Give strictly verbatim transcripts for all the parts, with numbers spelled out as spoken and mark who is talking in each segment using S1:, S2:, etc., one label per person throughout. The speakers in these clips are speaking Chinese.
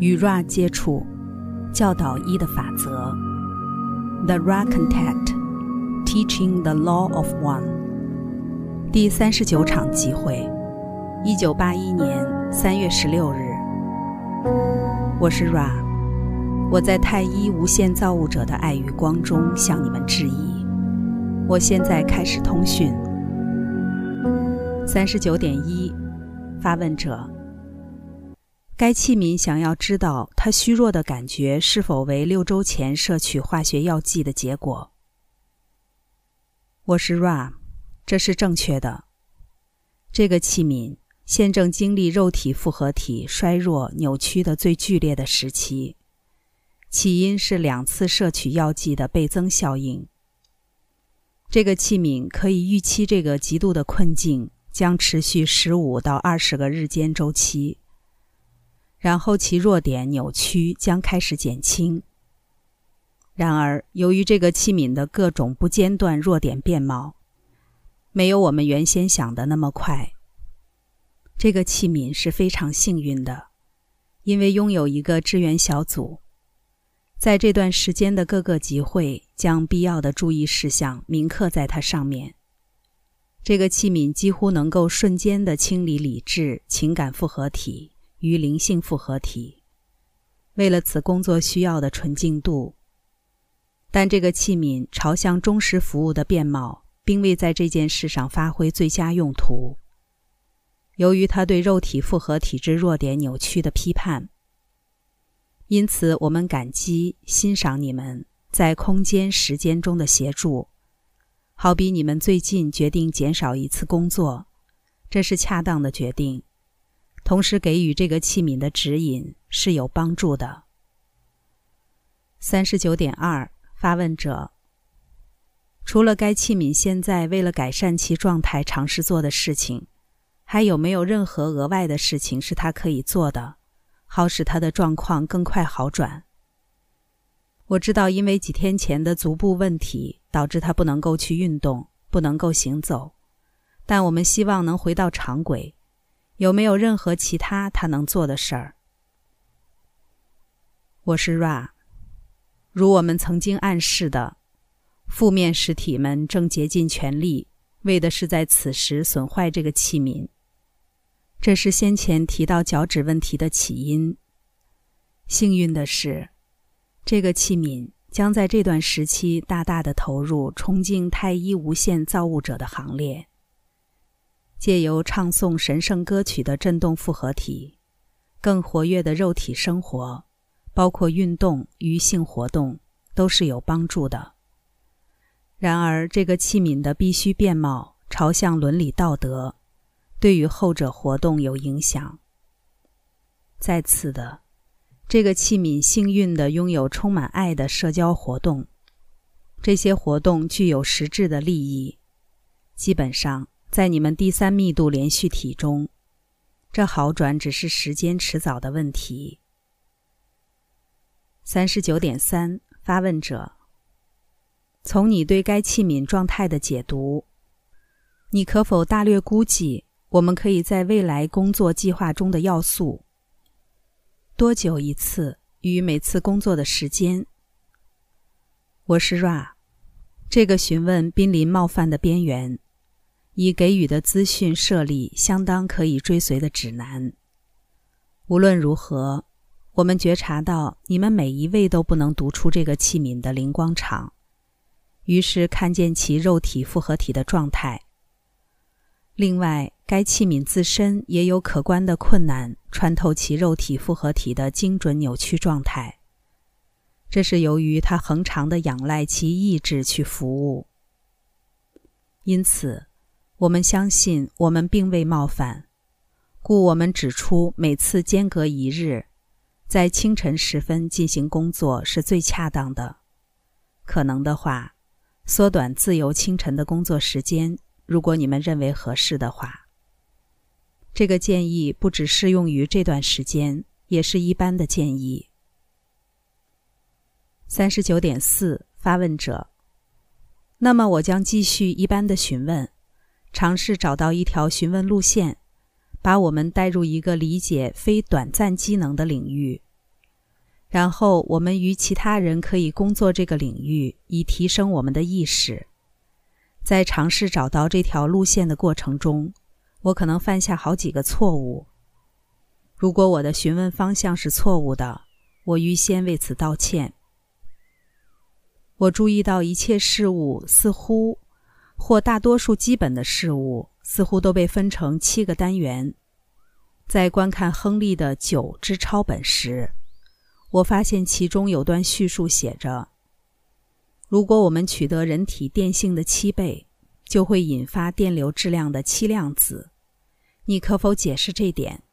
S1: 与 Ra 接触，教导一的法则 The Ra Contact Teaching the Law of One 第三十九场集会，一九八一年三月十六日。我是 Ra， 我在太一无限造物者的爱与光中向你们致意。我现在开始通讯。三十九点一，发问者：该器皿想要知道他虚弱的感觉是否为六周前摄取化学药剂的结果。我是 Ra， 这是正确的。这个器皿现正经历肉体复合体衰弱扭曲的最剧烈的时期，起因是两次摄取药剂的倍增效应。这个器皿可以预期这个极度的困境将持续十五到二十个日间周期，然后其弱点扭曲将开始减轻。然而，由于这个器皿的各种不间断弱点变貌，没有我们原先想的那么快。这个器皿是非常幸运的，因为拥有一个支援小组，在这段时间的各个集会将必要的注意事项铭刻在它上面。这个器皿几乎能够瞬间地清理理智、情感复合体与灵性复合体，为了此工作需要的纯净度。但这个器皿朝向忠实服务的面貌并未在这件事上发挥最佳用途，由于它对肉体复合体之弱点扭曲的批判。因此我们感激欣赏你们在空间时间中的协助，好比你们最近决定减少一次工作，这是恰当的决定，同时给予这个器皿的指引是有帮助的。 三十九点二， 发问者：除了该器皿现在为了改善其状态尝试做的事情，还有没有任何额外的事情是它可以做的，好使它的状况更快好转？我知道因为几天前的足部问题导致他不能够去运动，不能够行走，但我们希望能回到常轨。有没有任何其他他能做的事儿？我是 Ra， 如我们曾经暗示的，负面实体们正竭尽全力，为的是在此时损坏这个器皿。这是先前提到脚趾问题的起因。幸运的是，这个器皿将在这段时期大大的投入崇敬太一无限造物者的行列，借由唱诵神圣歌曲的振动复合体，更活跃的肉体生活，包括运动与性活动，都是有帮助的。然而，这个器皿的必须面貌朝向伦理道德，对于后者活动有影响。再次的，这个器皿幸运地拥有充满爱的社交活动，这些活动具有实质的利益。基本上，在你们第三密度连续体中，这好转只是时间迟早的问题。 三十九点三， 发问者：从你对该器皿状态的解读，你可否大略估计我们可以在未来工作计划中的要素？多久一次与每次工作的时间？我是 Ra， 这个询问濒临冒犯的边缘，已给予的资讯设立相当可以追随的指南。无论如何，我们觉察到你们每一位都不能读出这个器皿的灵光场，于是看见其肉体复合体的状态。另外，该器皿自身也有可观的困难穿透其肉体复合体的精准扭曲状态，这是由于它恒常地仰赖其意志去服务。因此，我们相信我们并未冒犯，故我们指出每次间隔一日，在清晨时分进行工作是最恰当的。可能的话，缩短自由清晨的工作时间，如果你们认为合适的话。这个建议不只适用于这段时间，也是一般的建议。 三十九点四， 发问者：那么我将继续一般的询问，尝试找到一条询问路线，把我们带入一个理解非短暂机能的领域， 然后我们与其他人可以工作这个领域，以提升我们的意识。在尝试找到这条路线的过程中，我可能犯下好几个错误。如果我的询问方向是错误的，我预先为此道歉。我注意到一切事物似乎，或大多数基本的事物似乎都被分成七个单元。在观看亨利的九之抄本时，我发现其中有段叙述写着：如果我们取得人体电性的七倍，就会引发电流质量的七量子。你可否解释这点？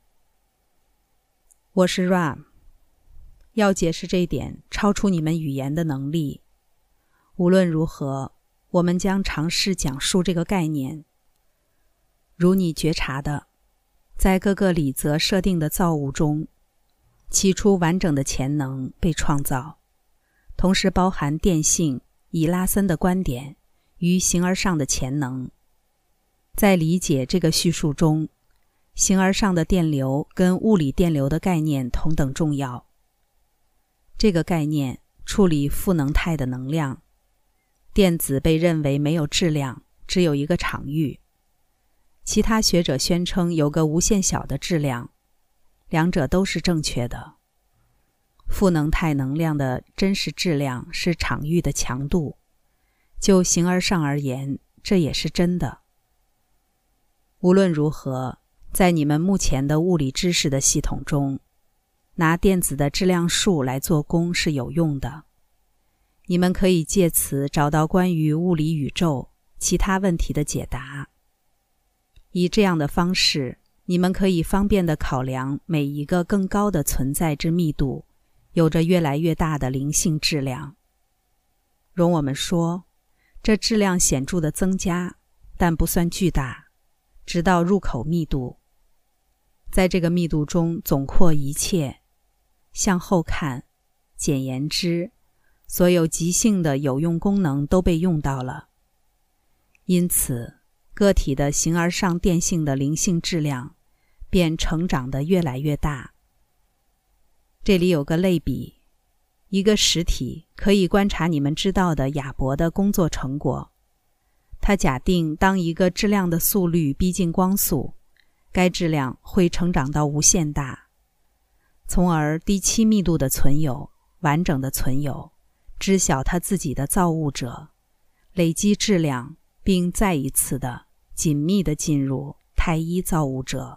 S1: 我是 Ram。 要解释这点超出你们语言的能力。无论如何，我们将尝试讲述这个概念。如你觉察的，在各个理则设定的造物中，起初完整的潜能被创造，同时包含电性，以拉森的观点，与形而上的潜能。在理解这个叙述中，形而上的电流跟物理电流的概念同等重要。这个概念处理负能态的能量，电子被认为没有质量，只有一个场域。其他学者宣称有个无限小的质量，两者都是正确的。负能态能量的真实质量是场域的强度，就形而上而言，这也是真的。无论如何，在你们目前的物理知识的系统中，拿电子的质量数来做功是有用的。你们可以借此找到关于物理宇宙其他问题的解答。以这样的方式，你们可以方便地考量每一个更高的存在之密度有着越来越大的灵性质量。容我们说，这质量显著的增加，但不算巨大，直到入口密度。在这个密度中总括一切，向后看，简言之，所有极性的有用功能都被用到了。因此，个体的形而上电性的灵性质量便成长得越来越大。这里有个类比，一个实体可以观察你们知道的亚伯的工作成果。他假定当一个质量的速率逼近光速，该质量会成长到无限大，从而第七密度的存有，完整的存有，知晓他自己的造物者，累积质量，并再一次的紧密地进入太一造物者。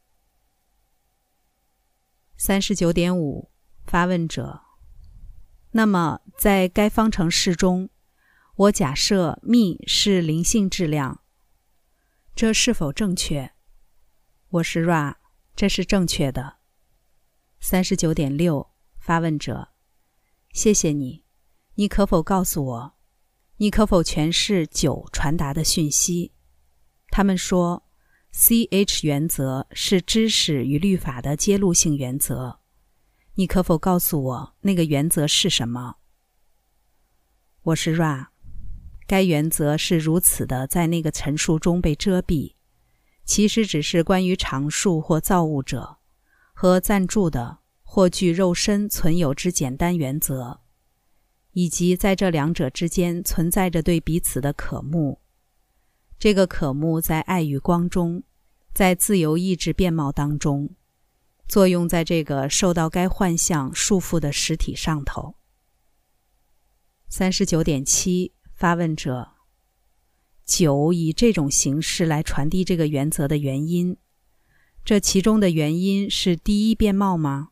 S1: 三十九点五 发问者：那么在该方程式中，我假设密是灵性质量，这是否正确？我是 Ra， 这是正确的。 三十九点六 发问者：谢谢你，你可否告诉我，你可否诠释九传达的讯息？他们说 C H 原则是知识与律法的揭露性原则，你可否告诉我那个原则是什么？我是 Ra， 该原则是如此的在那个陈述中被遮蔽，其实只是关于常数或造物者和暂住的或具肉身存有之简单原则，以及在这两者之间存在着对彼此的渴慕。这个渴慕在爱与光中，在自由意志变貌当中，作用在这个受到该幻象束缚的实体上头。 三十九点七 发问者：九以这种形式来传递这个原则的原因，这其中的原因是第一变貌吗？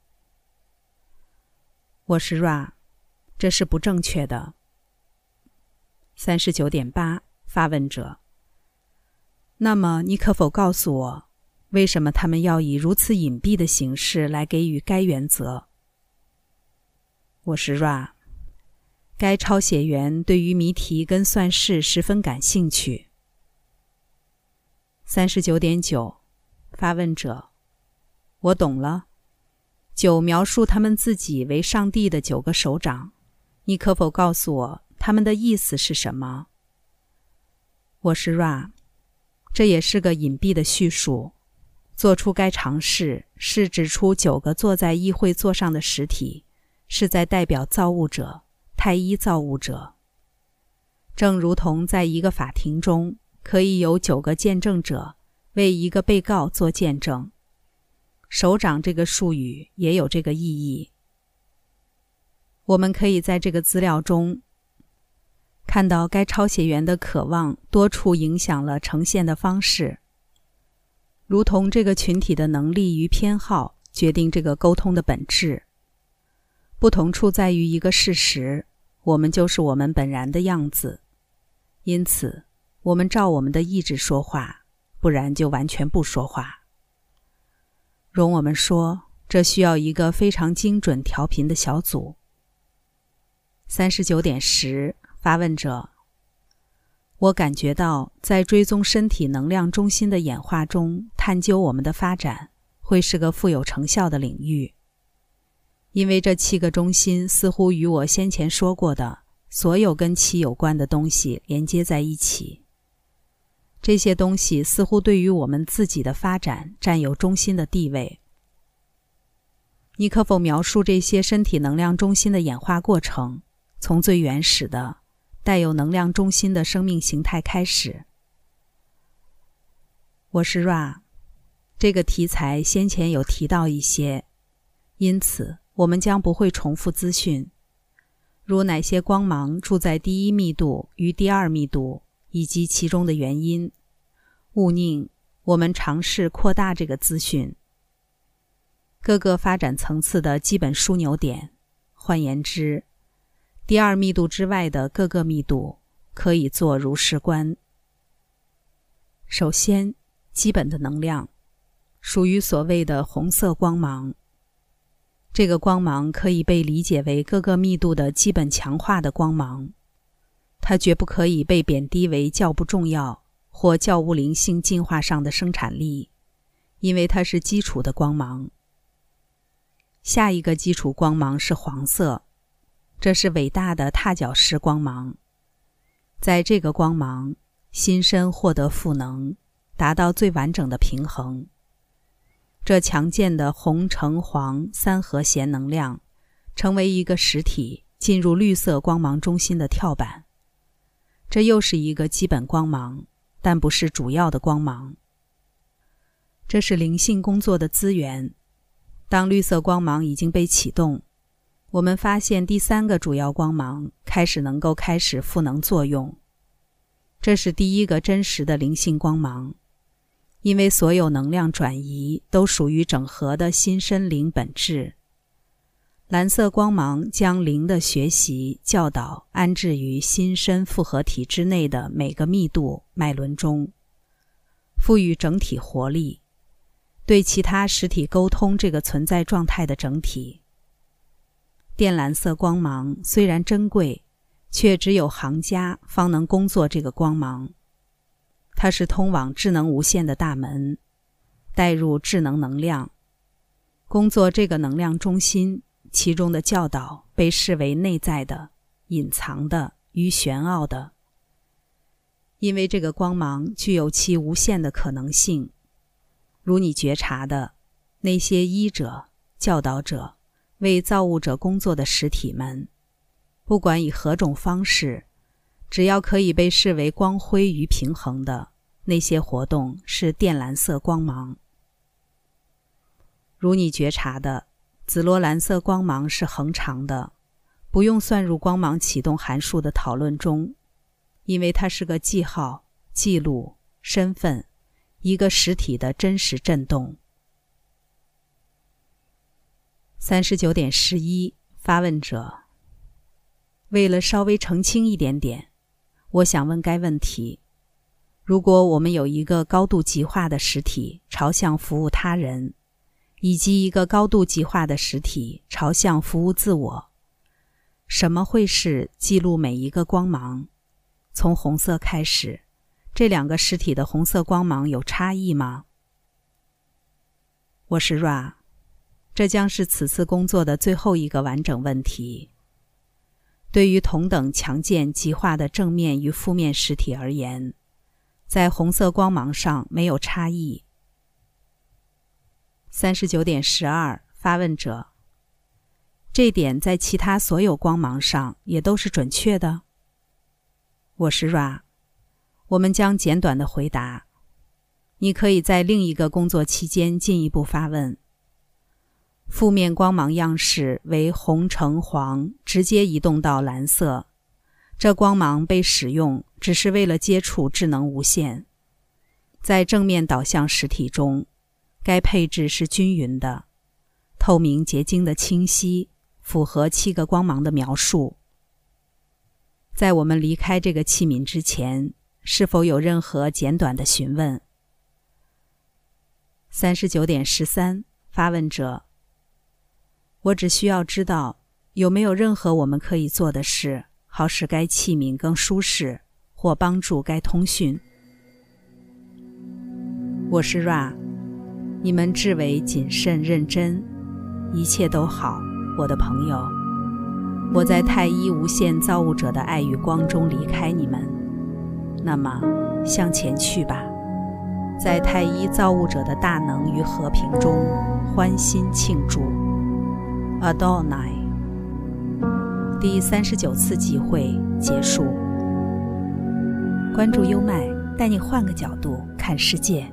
S1: 我是 Ra， 这是不正确的。 三十九点八 发问者：那么你可否告诉我，为什么他们要以如此隐蔽的形式来给予该原则？我是 Ra， 该抄写员对于谜题跟算式十分感兴趣。 三十九点九 发问者：我懂了，九描述他们自己为上帝的九个手掌，你可否告诉我他们的意思是什么？我是 Ra， 这也是个隐蔽的叙述。做出该尝试是指出九个坐在议会座上的实体是在代表造物者，太一造物者。正如同在一个法庭中，可以有九个见证者为一个被告做见证，首长这个术语也有这个意义。我们可以在这个资料中看到该抄写员的渴望多处影响了呈现的方式，如同这个群体的能力与偏好决定这个沟通的本质。不同处在于一个事实，我们就是我们本然的样子，因此我们照我们的意志说话，不然就完全不说话。容我们说，这需要一个非常精准调频的小组。三十九点十，发问者：我感觉到在追踪身体能量中心的演化中，探究我们的发展会是个富有成效的领域，因为这七个中心似乎与我先前说过的所有跟其有关的东西连接在一起。这些东西似乎对于我们自己的发展占有中心的地位。你可否描述这些身体能量中心的演化过程，从最原始的带有能量中心的生命形态开始？我是 Ra， 这个题材先前有提到一些，因此我们将不会重复资讯，如哪些光芒住在第一密度与第二密度，以及其中的原因。勿宁，我们尝试扩大这个资讯。各个发展层次的基本枢纽点，换言之，第二密度之外的各个密度，可以做如是观。首先，基本的能量，属于所谓的红色光芒。这个光芒可以被理解为各个密度的基本强化的光芒，它绝不可以被贬低为较不重要或较无灵性进化上的生产力，因为它是基础的光芒。下一个基础光芒是黄色，这是伟大的踏脚石光芒。在这个光芒，心身获得赋能，达到最完整的平衡。这强健的红橙黄三和弦能量成为一个实体进入绿色光芒中心的跳板。这又是一个基本光芒，但不是主要的光芒。这是灵性工作的资源。当绿色光芒已经被启动，我们发现第三个主要光芒开始能够开始赋能作用。这是第一个真实的灵性光芒，因为所有能量转移都属于整合的新身灵本质。蓝色光芒将灵的学习、教导安置于新身复合体之内的每个密度脉轮中，赋予整体活力，对其他实体沟通这个存在状态的整体。靛蓝色光芒虽然珍贵，却只有行家方能工作这个光芒。它是通往智能无限的大门，带入智能能量。工作这个能量中心，其中的教导被视为内在的、隐藏的与玄奥的，因为这个光芒具有其无限的可能性。如你觉察的，那些医者、教导者、为造物者工作的实体们，不管以何种方式，只要可以被视为光辉与平衡的，那些活动是靛蓝色光芒。如你觉察的，紫罗兰色光芒是恒常的，不用算入光芒启动函数的讨论中，因为它是个记号、记录、身份，一个实体的真实振动。三十九点十一，发问者：为了稍微澄清一点点，我想问该问题：如果我们有一个高度极化的实体朝向服务他人，以及一个高度极化的实体朝向服务自我，什么会是记录每一个光芒？从红色开始，这两个实体的红色光芒有差异吗？我是 Ra， 这将是此次工作的最后一个完整问题。对于同等强健极化的正面与负面实体而言，在红色光芒上没有差异。三十九点十二，发问者： 这点在其他所有光芒上也都是准确的？我是 Ra。 我们将简短的回答。你可以在另一个工作期间进一步发问。负面光芒样式为红橙黄，直接移动到蓝色。这光芒被使用只是为了接触智能无线。在正面导向实体中，该配置是均匀的，透明结晶的清晰，符合七个光芒的描述。在我们离开这个器皿之前，是否有任何简短的询问？三十九点十三，发问者：我只需要知道有没有任何我们可以做的事，好使该器皿更舒适，或帮助该通讯。我是 Ra。 你们至为谨慎认真，一切都好，我的朋友。我在太一无限造物者的爱与光中离开你们，那么向前去吧，在太一造物者的大能与和平中欢欣庆祝。 Adonai。 第三十九次集会结束。关注优麦，带你换个角度看世界。